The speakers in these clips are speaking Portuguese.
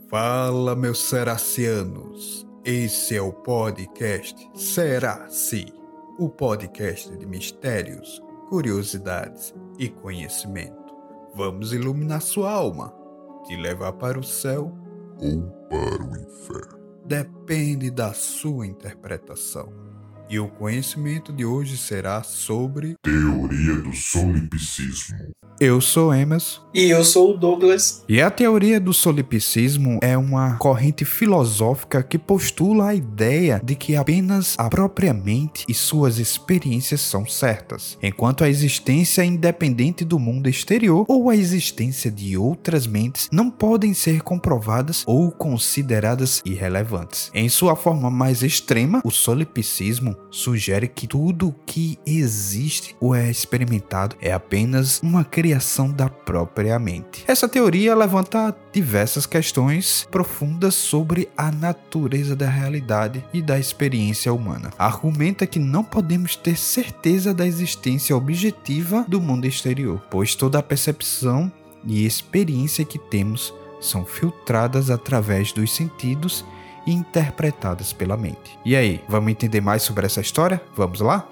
Fala, meus seracianos! Esse é o podcast Seraci, o podcast de mistérios, curiosidades e conhecimento. Vamos iluminar sua alma, te levar para o céu ou para o inferno. Depende da sua interpretação. E o conhecimento de hoje será sobre Teoria do solipsismo. Eu sou Emerson. E eu sou o Douglas. E a teoria do solipsismo é uma corrente filosófica que postula a ideia de que apenas a própria mente e suas experiências são certas, enquanto a existência independente do mundo exterior ou a existência de outras mentes não podem ser comprovadas ou consideradas irrelevantes. Em sua forma mais extrema, o solipsismo sugere que tudo que existe ou é experimentado é apenas uma criação da própria mente. Essa teoria levanta diversas questões profundas sobre a natureza da realidade e da experiência humana. Argumenta que não podemos ter certeza da existência objetiva do mundo exterior, pois toda a percepção e experiência que temos são filtradas através dos sentidos e interpretadas pela mente. E aí, vamos entender mais sobre essa história? Vamos lá?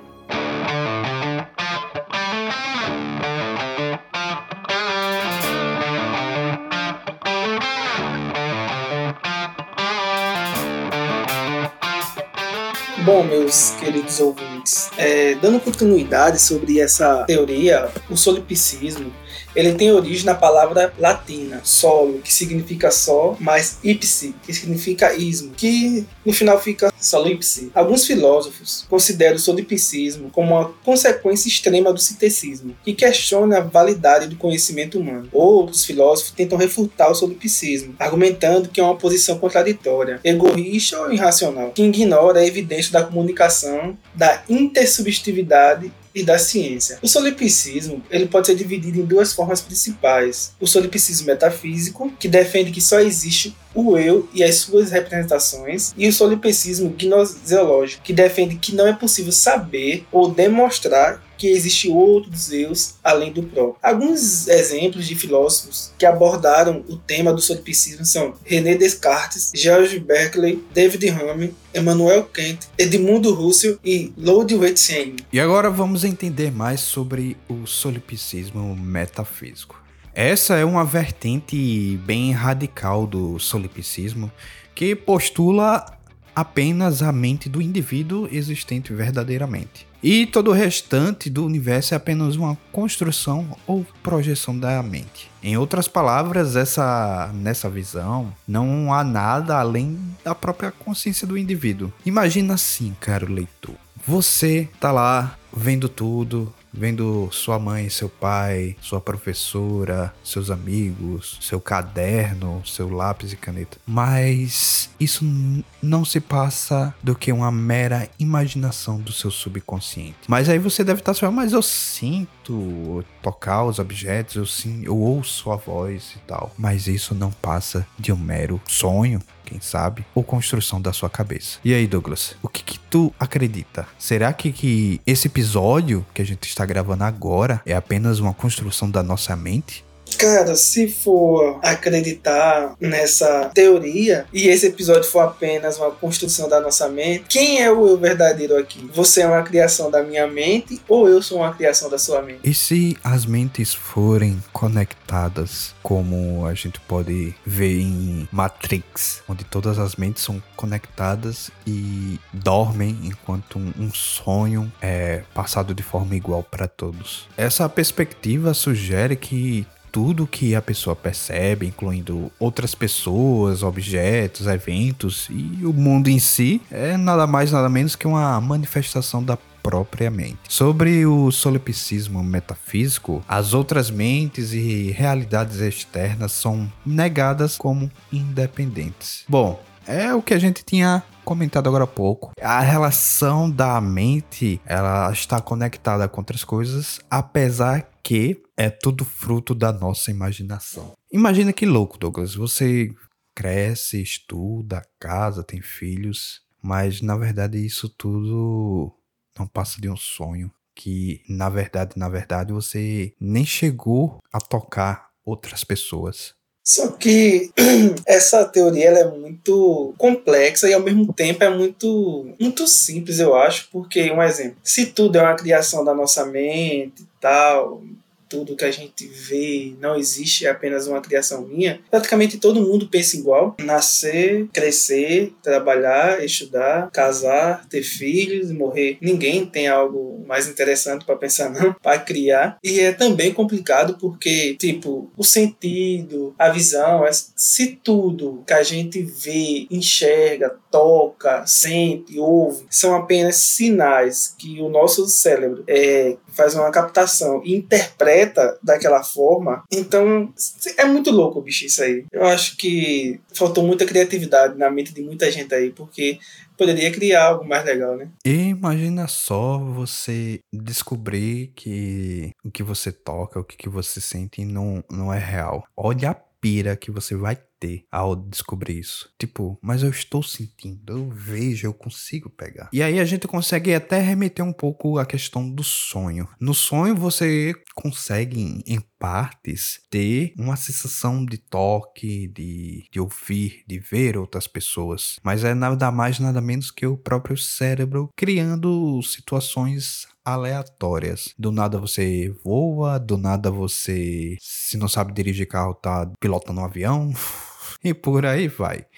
Bom, meus queridos ouvintes, dando continuidade sobre essa teoria, o solipsismo, ele tem origem na palavra latina, solo, que significa só, mais ipsi, que significa ismo, que no final fica solipse. Alguns filósofos consideram o solipsismo como uma consequência extrema do ceticismo, que questiona a validade do conhecimento humano. Outros filósofos tentam refutar o solipsismo, argumentando que é uma posição contraditória, egoísta ou irracional, que ignora a evidência da comunicação, da intersubjetividade e da ciência. O solipsismo ele pode ser dividido em duas formas principais. O solipsismo metafísico, que defende que só existe o eu e as suas representações, e o solipsismo gnoseológico, que defende que não é possível saber ou demonstrar que existe outros eus além do próprio. Alguns exemplos de filósofos que abordaram o tema do solipsismo são René Descartes, George Berkeley, David Hume, Immanuel Kant, Edmundo Husserl e Ludwig Wittgenstein. E agora vamos entender mais sobre o solipsismo metafísico. Essa é uma vertente bem radical do solipsismo que postula apenas a mente do indivíduo existente verdadeiramente. E todo o restante do universo é apenas uma construção ou projeção da mente. Em outras palavras, nessa visão, não há nada além da própria consciência do indivíduo. Imagina assim, caro leitor. Você tá lá vendo tudo, vendo sua mãe, seu pai, sua professora, seus amigos, seu caderno, seu lápis e caneta. Mas isso não se passa do que uma mera imaginação do seu subconsciente. Mas aí você deve estar falando, mas eu sinto tocar os objetos, eu ouço a voz e tal. Mas isso não passa de um mero sonho, quem sabe, ou construção da sua cabeça. E aí, Douglas, o que tu acredita? Será que esse episódio que a gente está gravando agora é apenas uma construção da nossa mente? Cara, se for acreditar nessa teoria e esse episódio for apenas uma construção da nossa mente, quem é o eu verdadeiro aqui? Você é uma criação da minha mente ou eu sou uma criação da sua mente? E se as mentes forem conectadas, como a gente pode ver em Matrix, onde todas as mentes são conectadas e dormem enquanto um sonho é passado de forma igual para todos? Essa perspectiva sugere que tudo que a pessoa percebe, incluindo outras pessoas, objetos, eventos e o mundo em si, é nada mais nada menos que uma manifestação da própria mente. Sobre o solipsismo metafísico, as outras mentes e realidades externas são negadas como independentes. Bom, é o que a gente tinha comentado agora há pouco. A relação da mente, ela está conectada com outras coisas, apesar que é tudo fruto da nossa imaginação. Imagina que louco, Douglas. Você cresce, estuda, casa, tem filhos, mas na verdade isso tudo não passa de um sonho que na verdade você nem chegou a tocar outras pessoas. Só que essa teoria ela é muito complexa e ao mesmo tempo é muito simples, eu acho, porque, um exemplo, se tudo é uma criação da nossa mente e tal, tudo que a gente vê não existe, é apenas uma criação minha, praticamente todo mundo pensa igual. Nascer, crescer, trabalhar, estudar, casar, ter filhos, morrer. Ninguém tem algo mais interessante para pensar, não, para criar. E é também complicado porque, tipo, o sentido, a visão, se tudo que a gente vê, enxerga, toca, sente, ouve, são apenas sinais que o nosso cérebro faz uma captação e interpreta daquela forma, então é muito louco, bicho, isso aí. Eu acho que faltou muita criatividade na mente de muita gente aí, porque poderia criar algo mais legal, né? E imagina só você descobrir que o que você toca, o que você sente não é real. Olha a pira que você vai ter ao descobrir isso. Tipo, mas eu estou sentindo, eu vejo, eu consigo pegar. E aí a gente consegue até remeter um pouco à questão do sonho. No sonho você consegue, em partes, ter uma sensação de toque, de ouvir, de ver outras pessoas. Mas é nada mais, nada menos que o próprio cérebro criando situações aleatórias. Do nada você voa, do nada você, se não sabe dirigir carro, tá pilotando um avião. E por aí vai.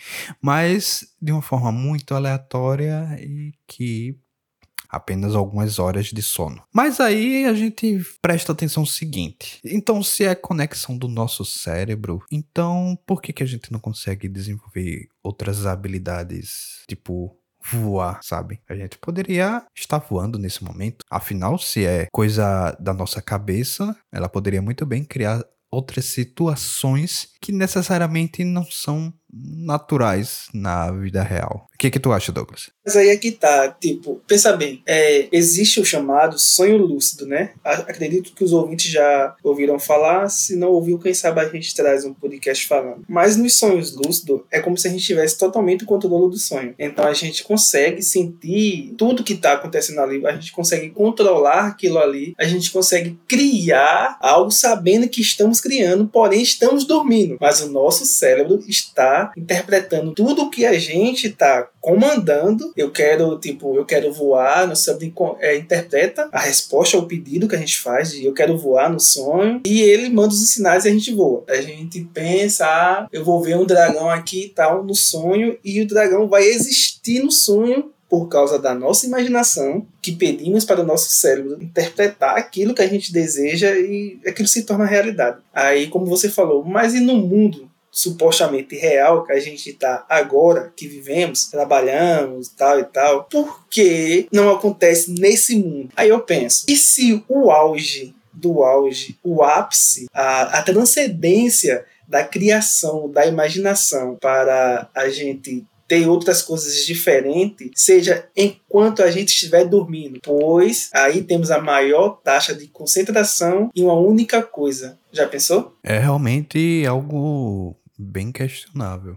Mas de uma forma muito aleatória e que apenas algumas horas de sono. Mas aí a gente presta atenção no seguinte. Então, se é conexão do nosso cérebro, então por que a gente não consegue desenvolver outras habilidades, tipo voar, sabe? A gente poderia estar voando nesse momento. Afinal, se é coisa da nossa cabeça, ela poderia muito bem criar outras situações que necessariamente não são naturais na vida real. O que tu acha, Douglas? Mas aí é que tá, tipo, pensa bem, existe o chamado sonho lúcido, né? Acredito que os ouvintes já ouviram falar, se não ouviu, quem sabe a gente traz um podcast falando. Mas nos sonhos lúcidos, é como se a gente tivesse totalmente o controle do sonho. Então a gente consegue sentir tudo que tá acontecendo ali, a gente consegue controlar aquilo ali, a gente consegue criar algo sabendo que estamos criando, porém estamos dormindo. Mas o nosso cérebro está interpretando tudo o que a gente está comandando. Eu quero voar, nosso cérebro interpreta a resposta ao pedido que a gente faz de eu quero voar no sonho, e ele manda os sinais e a gente voa. A gente pensa, eu vou ver um dragão aqui e tal no sonho, e o dragão vai existir no sonho por causa da nossa imaginação, que pedimos para o nosso cérebro interpretar aquilo que a gente deseja e aquilo se torna realidade. Aí, como você falou, mas e no mundo supostamente real que a gente está agora, que vivemos, trabalhamos, tal e tal, por que não acontece nesse mundo? Aí eu penso, e se o auge do auge, o ápice, a transcendência da criação, da imaginação para a gente ter outras coisas diferentes, seja enquanto a gente estiver dormindo, pois aí temos a maior taxa de concentração em uma única coisa. Já pensou? É realmente algo bem questionável.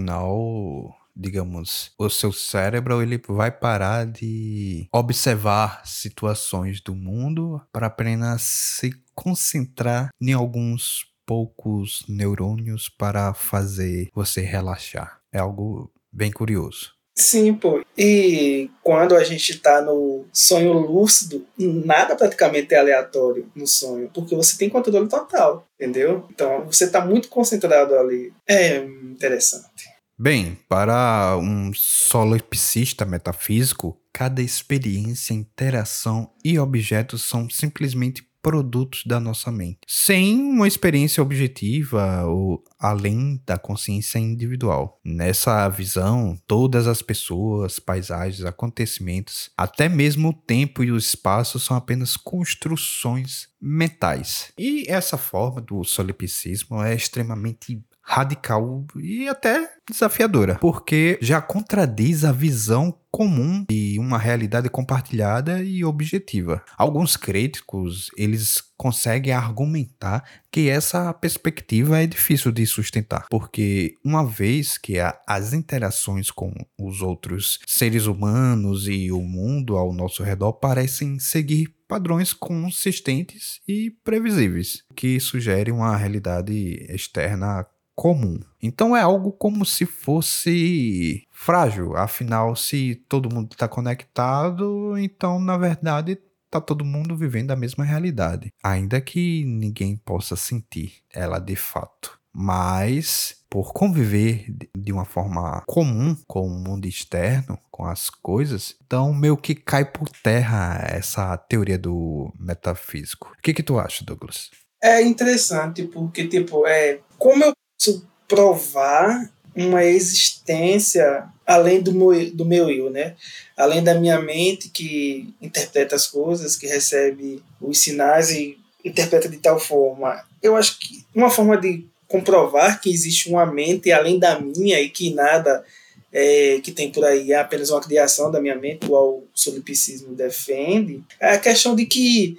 Afinal, digamos, o seu cérebro ele vai parar de observar situações do mundo para apenas se concentrar em alguns poucos neurônios para fazer você relaxar. É algo bem curioso. Sim, pô. E quando a gente tá no sonho lúcido, nada praticamente é aleatório no sonho, porque você tem controle total, entendeu? Então você tá muito concentrado ali. É interessante. Bem, para um solipsista metafísico, cada experiência, interação e objeto são simplesmente produtos da nossa mente, sem uma experiência objetiva ou além da consciência individual. Nessa visão, todas as pessoas, paisagens, acontecimentos, até mesmo o tempo e o espaço são apenas construções mentais. E essa forma do solipsismo é extremamente radical e até desafiadora, porque já contradiz a visão comum de uma realidade compartilhada e objetiva. Alguns críticos, eles conseguem argumentar que essa perspectiva é difícil de sustentar, porque uma vez que as interações com os outros seres humanos e o mundo ao nosso redor parecem seguir padrões consistentes e previsíveis, que sugerem uma realidade externa comum. Então é algo como se fosse frágil. Afinal, se todo mundo está conectado, então na verdade tá todo mundo vivendo a mesma realidade, ainda que ninguém possa sentir ela de fato. Mas, por conviver de uma forma comum com o mundo externo, com as coisas, então meio que cai por terra essa teoria do metafísico. O que tu acha, Douglas? É interessante porque, como eu posso provar uma existência além do meu eu, né? Além da minha mente que interpreta as coisas, que recebe os sinais e interpreta de tal forma. Eu acho que uma forma de comprovar que existe uma mente além da minha e que nada que tem por aí é apenas uma criação da minha mente, igual o solipsismo defende, é a questão de que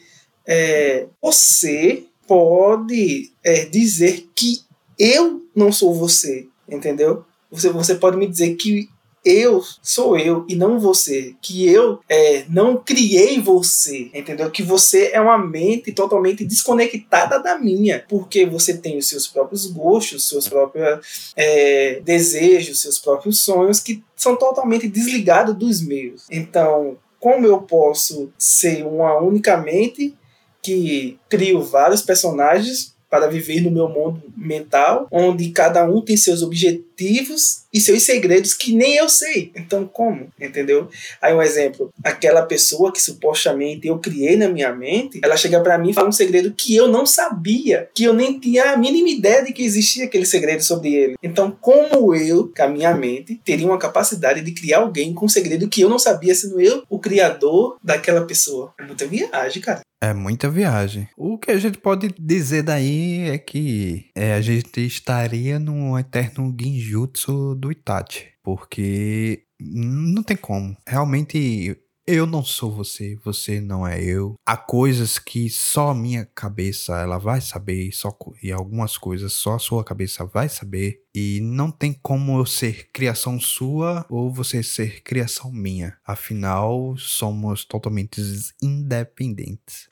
você pode dizer que eu não sou você, entendeu? Você pode me dizer que eu sou eu e não você, que eu não criei você, entendeu? Que você é uma mente totalmente desconectada da minha, porque você tem os seus próprios gostos, seus próprios desejos, seus próprios sonhos que são totalmente desligados dos meus. Então, como eu posso ser uma única mente que crio vários personagens para viver no meu mundo mental, onde cada um tem seus objetivos e seus segredos que nem eu sei. Então, como? Entendeu? Aí um exemplo, aquela pessoa que supostamente eu criei na minha mente, ela chega para mim e fala um segredo que eu não sabia, que eu nem tinha a mínima ideia de que existia aquele segredo sobre ele. Então, como eu, com a minha mente, teria uma capacidade de criar alguém com um segredo que eu não sabia, sendo eu o criador daquela pessoa? É muita viagem, cara. É muita viagem. O que a gente pode dizer daí é que a gente estaria no eterno genjutsu do Itachi. Porque não tem como. Realmente, eu não sou você, você não é eu. Há coisas que só a minha cabeça ela vai saber, e algumas coisas só a sua cabeça vai saber. E não tem como eu ser criação sua ou você ser criação minha. Afinal, somos totalmente independentes.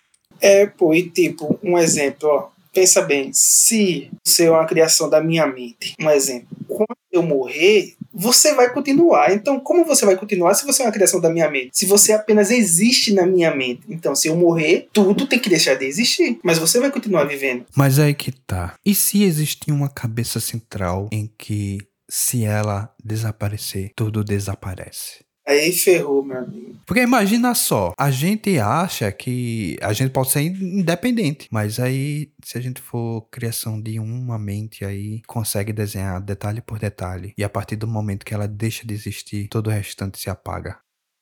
Um exemplo, ó. Pensa bem, se você é uma criação da minha mente, um exemplo, quando eu morrer, você vai continuar. Então, como você vai continuar se você é uma criação da minha mente? Se você apenas existe na minha mente. Então, se eu morrer, tudo tem que deixar de existir. Mas você vai continuar vivendo. Mas aí que tá. E se existir uma cabeça central em que, se ela desaparecer, tudo desaparece? Aí ferrou, meu amigo. Porque imagina só, a gente acha que a gente pode ser independente, mas aí se a gente for criação de uma mente aí, consegue desenhar detalhe por detalhe, e a partir do momento que ela deixa de existir, todo o restante se apaga.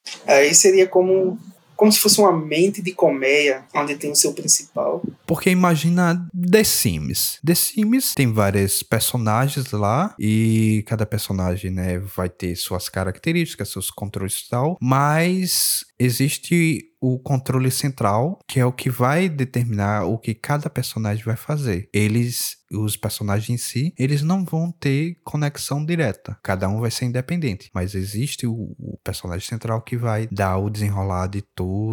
Aí seria como se fosse uma mente de colmeia, onde tem o seu principal. Porque imagina The Sims. The Sims tem vários personagens lá, e cada personagem, né, vai ter suas características, seus controles e tal, mas existe o controle central, que é o que vai determinar o que cada personagem vai fazer. Os personagens em si, eles não vão ter conexão direta. Cada um vai ser independente. Mas existe o personagem central que vai dar o desenrolar de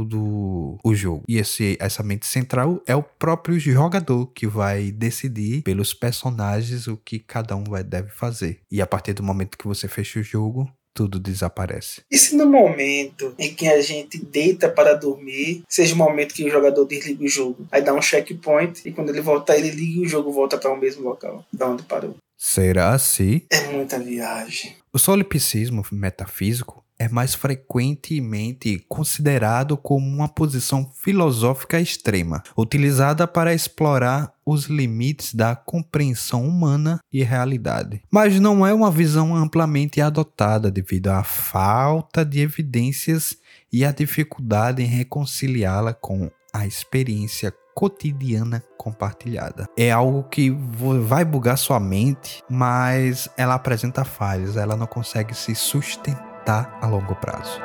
todo o jogo. E essa mente central é o próprio jogador que vai decidir pelos personagens o que cada um deve fazer. E a partir do momento que você fecha o jogo, tudo desaparece. E se no momento em que a gente deita para dormir, seja o momento que o jogador desliga o jogo, aí dá um checkpoint e quando ele voltar, ele liga e o jogo volta para o mesmo local, da onde parou? Será assim? É muita viagem. O solipsismo metafísico é mais frequentemente considerado como uma posição filosófica extrema, utilizada para explorar os limites da compreensão humana e realidade. Mas não é uma visão amplamente adotada devido à falta de evidências e à dificuldade em reconciliá-la com a experiência cotidiana compartilhada. É algo que vai bugar sua mente, mas ela apresenta falhas, ela não consegue se sustentar a longo prazo.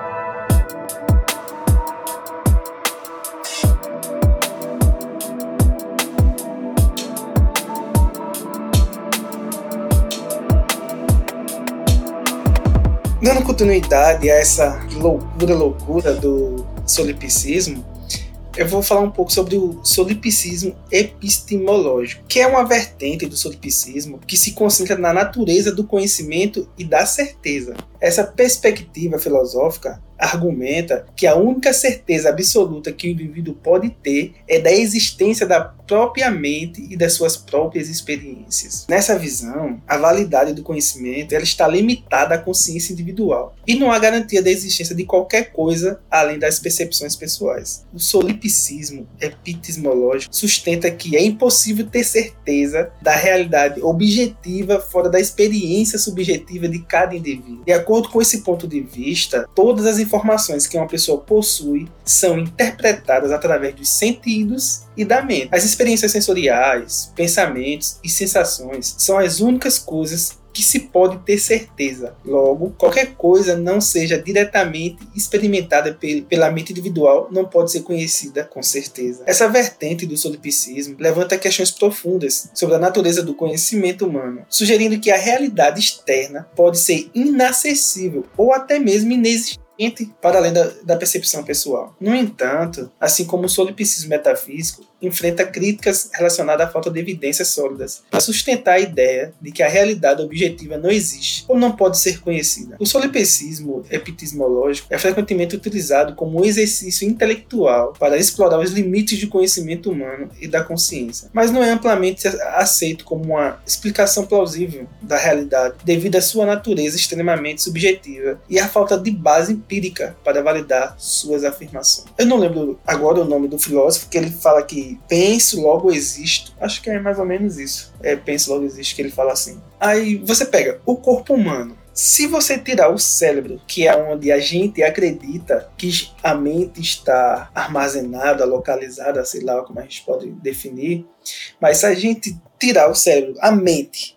Dando continuidade a essa loucura do solipsismo, eu vou falar um pouco sobre o solipsismo epistemológico, que é uma vertente do solipsismo que se concentra na natureza do conhecimento e da certeza. Essa perspectiva filosófica argumenta que a única certeza absoluta que o indivíduo pode ter é da existência da própria mente e das suas próprias experiências. Nessa visão, a validade do conhecimento ela está limitada à consciência individual e não há garantia da existência de qualquer coisa além das percepções pessoais. O solipsismo epistemológico sustenta que é impossível ter certeza da realidade objetiva fora da experiência subjetiva de cada indivíduo. De acordo com esse ponto de vista, todas as informações que uma pessoa possui são interpretadas através dos sentidos e da mente. As experiências sensoriais, pensamentos e sensações são as únicas coisas que se pode ter certeza. Logo, qualquer coisa não seja diretamente experimentada pela mente individual não pode ser conhecida com certeza. Essa vertente do solipsismo levanta questões profundas sobre a natureza do conhecimento humano, sugerindo que a realidade externa pode ser inacessível ou até mesmo inexistente para além da percepção pessoal. No entanto, assim como o solipsismo metafísico, enfrenta críticas relacionadas à falta de evidências sólidas para sustentar a ideia de que a realidade objetiva não existe ou não pode ser conhecida. O solipsismo epistemológico é frequentemente utilizado como um exercício intelectual para explorar os limites do conhecimento humano e da consciência, mas não é amplamente aceito como uma explicação plausível da realidade devido à sua natureza extremamente subjetiva e à falta de base empírica para validar suas afirmações. Eu não lembro agora o nome do filósofo, que ele fala que penso, logo existo. Acho que é mais ou menos isso. Penso, logo existo, que ele fala assim. Aí você pega o corpo humano. Se você tirar o cérebro, que é onde a gente acredita que a mente está armazenada, localizada, sei lá como a gente pode definir, mas se a gente tirar o cérebro, a mente,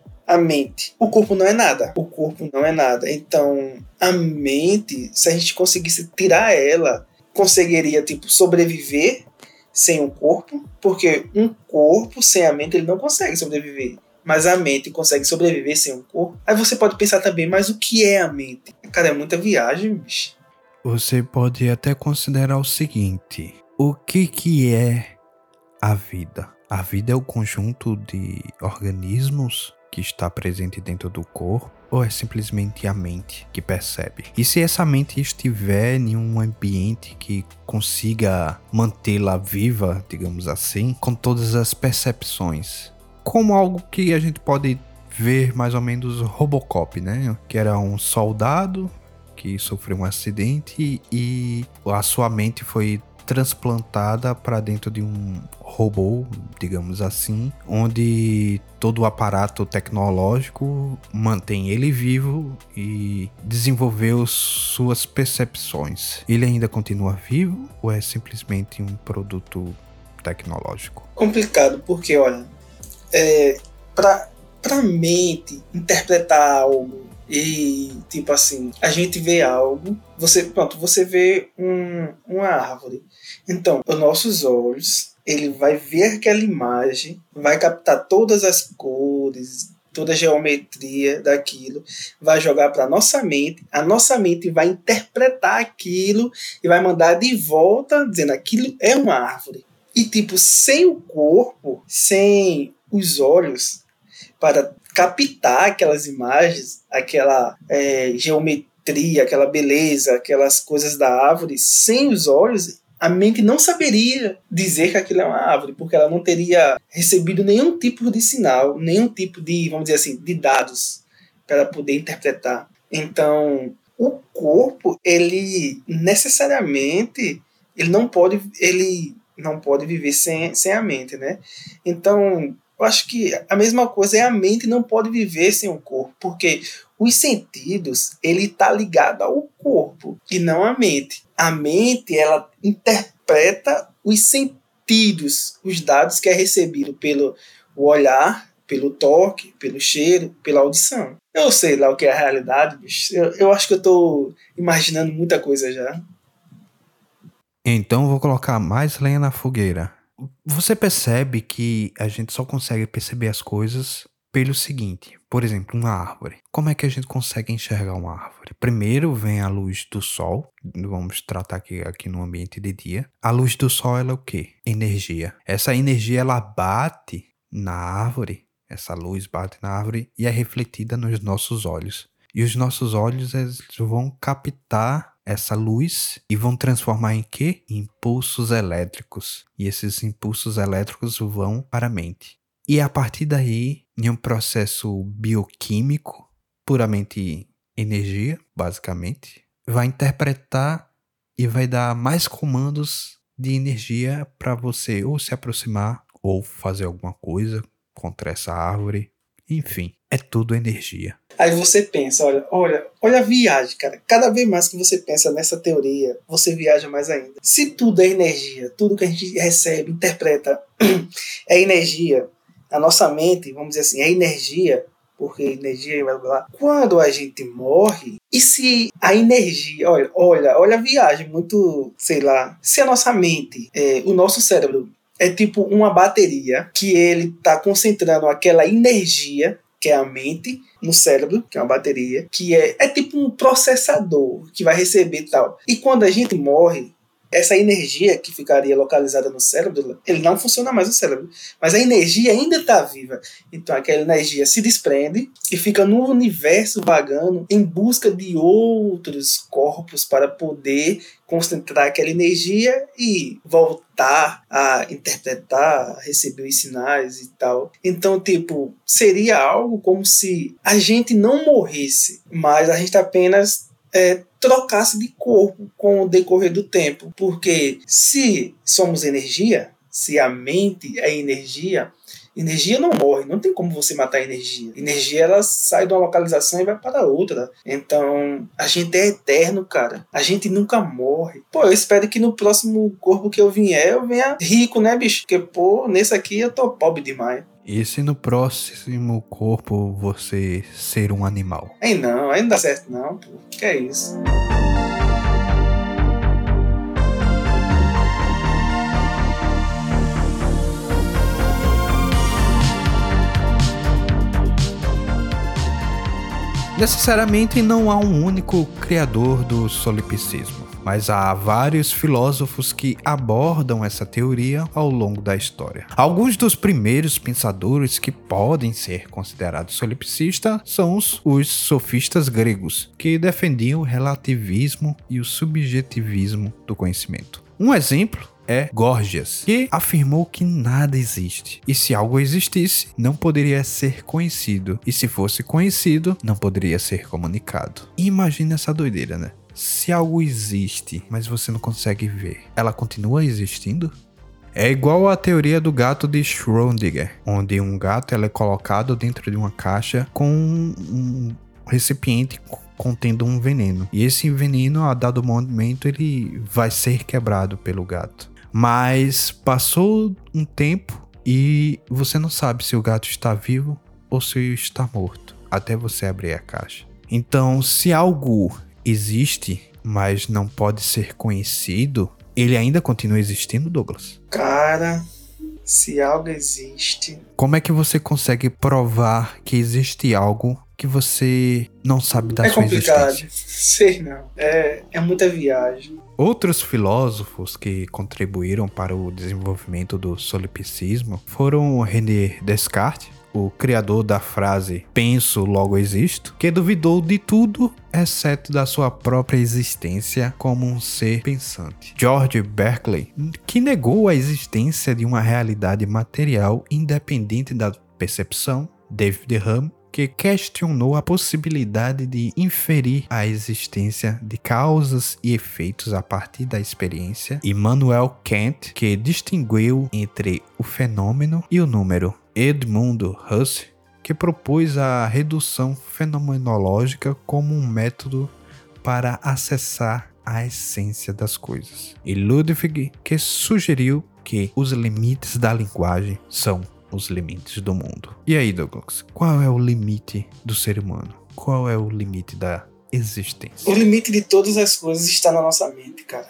o corpo não é nada. O corpo não é nada. Então, a mente, se a gente conseguisse tirar ela, conseguiria, sobreviver sem o corpo, porque um corpo sem a mente ele não consegue sobreviver, mas a mente consegue sobreviver sem um corpo. Aí você pode pensar também, mas o que é a mente? Cara, é muita viagem, bicho. Você pode até considerar o seguinte: o que é a vida? A vida é o conjunto de organismos que está presente dentro do corpo, ou é simplesmente a mente que percebe? E se essa mente estiver em um ambiente que consiga mantê-la viva, digamos assim, com todas as percepções, como algo que a gente pode ver mais ou menos Robocop, né? Que era um soldado que sofreu um acidente e a sua mente foi transplantada para dentro de um robô, digamos assim, onde todo o aparato tecnológico mantém ele vivo e desenvolveu suas percepções. Ele ainda continua vivo ou é simplesmente um produto tecnológico? Complicado, porque, olha, para a mente interpretar algo e, a gente vê algo, você vê uma árvore. Então, os nossos olhos, ele vai ver aquela imagem, vai captar todas as cores, toda a geometria daquilo, vai jogar para a nossa mente vai interpretar aquilo e vai mandar de volta, dizendo aquilo é uma árvore. E, sem o corpo, sem os olhos, para captar aquelas imagens, aquela geometria, aquela beleza, aquelas coisas da árvore, sem os olhos, a mente não saberia dizer que aquilo é uma árvore, porque ela não teria recebido nenhum tipo de sinal, nenhum tipo de, vamos dizer assim, de dados para poder interpretar. Então, o corpo, ele necessariamente, ele não pode viver sem a mente, né? Então, eu acho que a mesma coisa é a mente não pode viver sem o corpo, porque os sentidos, ele está ligado ao corpo e não à mente. A mente, ela interpreta os sentidos, os dados que é recebido pelo olhar, pelo toque, pelo cheiro, pela audição. Eu sei lá o que é a realidade, bicho. Eu acho que eu estou imaginando muita coisa já. Então vou colocar mais lenha na fogueira. Você percebe que a gente só consegue perceber as coisas pelo seguinte, por exemplo, uma árvore. Como é que a gente consegue enxergar uma árvore? Primeiro vem a luz do sol, vamos tratar aqui no ambiente de dia. A luz do sol, ela é o quê? Energia. Essa energia, ela bate na árvore, essa luz bate na árvore e é refletida nos nossos olhos. E os nossos olhos, eles vão captar essa luz e vão transformar em quê? Em impulsos elétricos. E esses impulsos elétricos vão para a mente. E a partir daí, em um processo bioquímico, puramente energia, basicamente, vai interpretar e vai dar mais comandos de energia para você ou se aproximar ou fazer alguma coisa contra essa árvore. Enfim, é tudo energia. Aí você pensa, olha a viagem, cara. Cada vez mais que você pensa nessa teoria, você viaja mais ainda. Se tudo é energia, tudo que a gente recebe, interpreta, é energia, a nossa mente, vamos dizer assim, é energia, porque energia, blá, blá, blá. Quando a gente morre, e se a energia, olha a viagem, muito, sei lá, se a nossa mente, o nosso cérebro, é tipo uma bateria que ele está concentrando aquela energia, que é a mente, no cérebro, que é uma bateria, que é tipo um processador que vai receber tal. E quando a gente morre, essa energia que ficaria localizada no cérebro, ele não funciona mais no cérebro, mas a energia ainda está viva. Então aquela energia se desprende e fica no universo vagando em busca de outros corpos para poder concentrar aquela energia e voltar a interpretar, a receber os sinais e tal. Então, tipo, seria algo como se a gente não morresse, mas a gente apenas trocasse de corpo com o decorrer do tempo. Porque se somos energia, se a mente é energia, energia não morre, não tem como você matar a energia. Energia, ela sai de uma localização e vai para outra. Então, a gente é eterno, cara. A gente nunca morre. Pô, eu espero que no próximo corpo que eu vier, eu venha rico, né, bicho? Porque, pô, nesse aqui eu tô pobre demais. E se no próximo corpo você ser um animal? Aí não dá certo não, pô. Que é isso? Necessariamente não há um único criador do solipsismo, mas há vários filósofos que abordam essa teoria ao longo da história. Alguns dos primeiros pensadores que podem ser considerados solipsistas são os sofistas gregos, que defendiam o relativismo e o subjetivismo do conhecimento. Um exemplo é Gorgias, que afirmou que nada existe. E se algo existisse, não poderia ser conhecido. E se fosse conhecido, não poderia ser comunicado. E imagina essa doideira, né? Se algo existe, mas você não consegue ver, ela continua existindo? É igual à teoria do gato de Schrödinger, onde um gato é colocado dentro de uma caixa com um recipiente contendo um veneno. E esse veneno, a dado momento, ele vai ser quebrado pelo gato. Mas passou um tempo e você não sabe se o gato está vivo ou se está morto, até você abrir a caixa. Então, se algo existe, mas não pode ser conhecido, ele ainda continua existindo, Douglas? Cara, se algo existe... Como é que você consegue provar que existe algo que você não sabe da sua existência? É complicado. Sei não. É muita viagem. Outros filósofos que contribuíram para o desenvolvimento do solipsismo foram René Descartes, o criador da frase "penso, logo existo", que duvidou de tudo exceto da sua própria existência como um ser pensante. George Berkeley, que negou a existência de uma realidade material independente da percepção. David Hume, que questionou a possibilidade de inferir a existência de causas e efeitos a partir da experiência. Immanuel Kant, que distinguiu entre o fenômeno e o número. Edmund Husserl, que propôs a redução fenomenológica como um método para acessar a essência das coisas. E Ludwig, que sugeriu que os limites da linguagem são os limites do mundo. E aí, Douglas, qual é o limite do ser humano? Qual é o limite da existência? O limite de todas as coisas está na nossa mente, cara.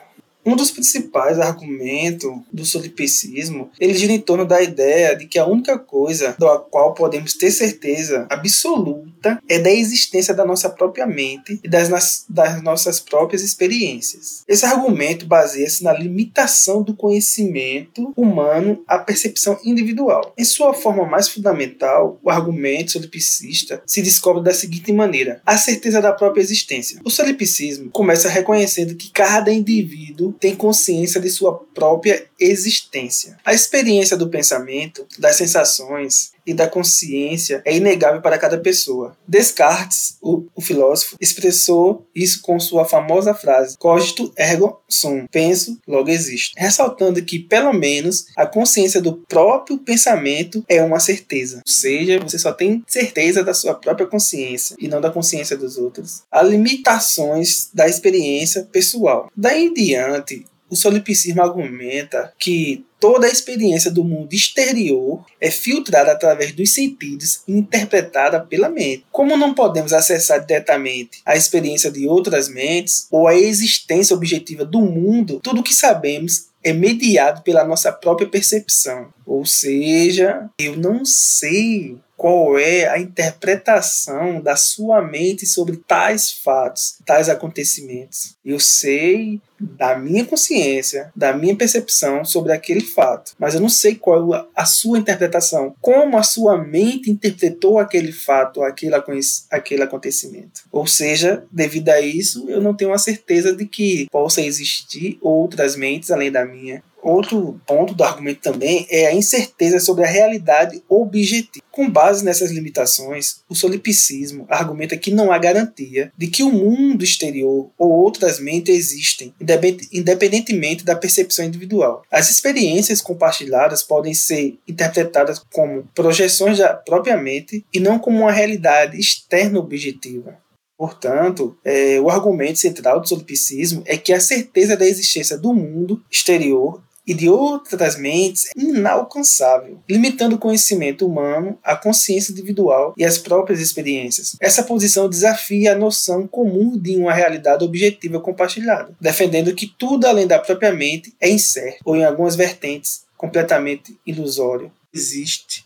Um dos principais argumentos do solipsismo, ele gira em torno da ideia de que a única coisa da qual podemos ter certeza absoluta é da existência da nossa própria mente e das nossas próprias experiências. Esse argumento baseia-se na limitação do conhecimento humano à percepção individual. Em sua forma mais fundamental, o argumento solipsista se descobre da seguinte maneira: a certeza da própria existência. O solipsismo começa reconhecendo que cada indivíduo tem consciência de sua própria existência. A experiência do pensamento, das sensações e da consciência é inegável para cada pessoa. Descartes, o filósofo, expressou isso com sua famosa frase cogito ergo sum, penso, logo existo, ressaltando que, pelo menos, a consciência do próprio pensamento é uma certeza. Ou seja, você só tem certeza da sua própria consciência e não da consciência dos outros. Há limitações da experiência pessoal. Daí em diante, o solipsismo argumenta que toda a experiência do mundo exterior é filtrada através dos sentidos e interpretada pela mente. Como não podemos acessar diretamente a experiência de outras mentes ou a existência objetiva do mundo, tudo o que sabemos é mediado pela nossa própria percepção. Ou seja, eu não sei qual é a interpretação da sua mente sobre tais fatos, tais acontecimentos. Eu sei da minha consciência, da minha percepção sobre aquele fato, mas eu não sei qual é a sua interpretação, como a sua mente interpretou aquele fato, aquele acontecimento. Ou seja, devido a isso, eu não tenho a certeza de que possa existir outras mentes além da minha. Outro ponto do argumento também é a incerteza sobre a realidade objetiva. Com base nessas limitações, o solipsismo argumenta que não há garantia de que o mundo exterior ou outras mentes existem, independentemente da percepção individual. As experiências compartilhadas podem ser interpretadas como projeções da própria mente e não como uma realidade externa objetiva. Portanto, o argumento central do solipsismo é que a certeza da existência do mundo exterior e de outras mentes é inalcançável, limitando o conhecimento humano, a consciência individual e as próprias experiências. Essa posição desafia a noção comum de uma realidade objetiva compartilhada, defendendo que tudo além da própria mente é incerto, ou em algumas vertentes, completamente ilusório. Existe,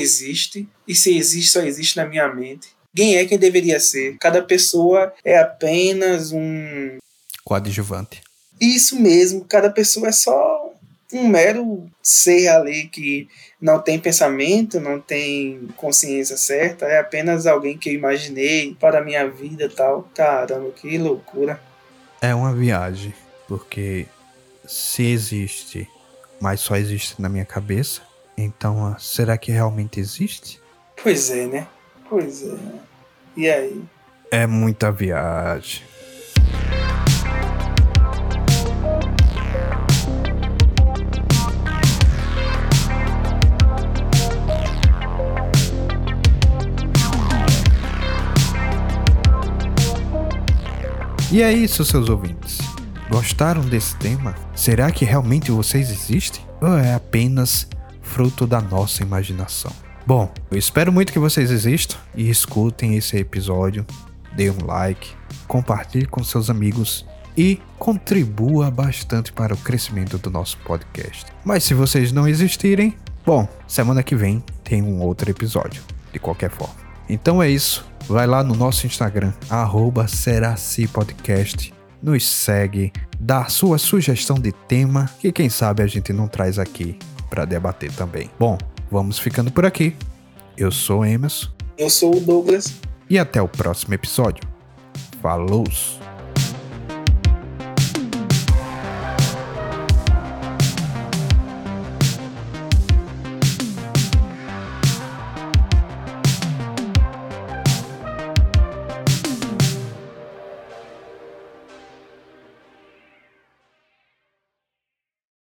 e se existe, só existe na minha mente. Quem é quem deveria ser? Cada pessoa é apenas um coadjuvante. Isso mesmo, cada pessoa é só um mero ser ali que não tem pensamento, não tem consciência certa, é apenas alguém que eu imaginei para a minha vida e tal. Caramba, que loucura. É uma viagem, porque se existe, mas só existe na minha cabeça, então será que realmente existe? Pois é, né? Pois é. E aí? É muita viagem. E é isso, seus ouvintes. Gostaram desse tema? Será que realmente vocês existem? Ou é apenas fruto da nossa imaginação? Bom, eu espero muito que vocês existam e escutem esse episódio, dê um like, compartilhe com seus amigos e contribua bastante para o crescimento do nosso podcast. Mas se vocês não existirem, bom, semana que vem tem um outro episódio, de qualquer forma. Então é isso, vai lá no nosso Instagram, @seracipodcast, nos segue, dá sua sugestão de tema que quem sabe a gente não traz aqui para debater também. Bom, vamos ficando por aqui. Eu sou o Emerson. Eu sou o Douglas. E até o próximo episódio. Falou!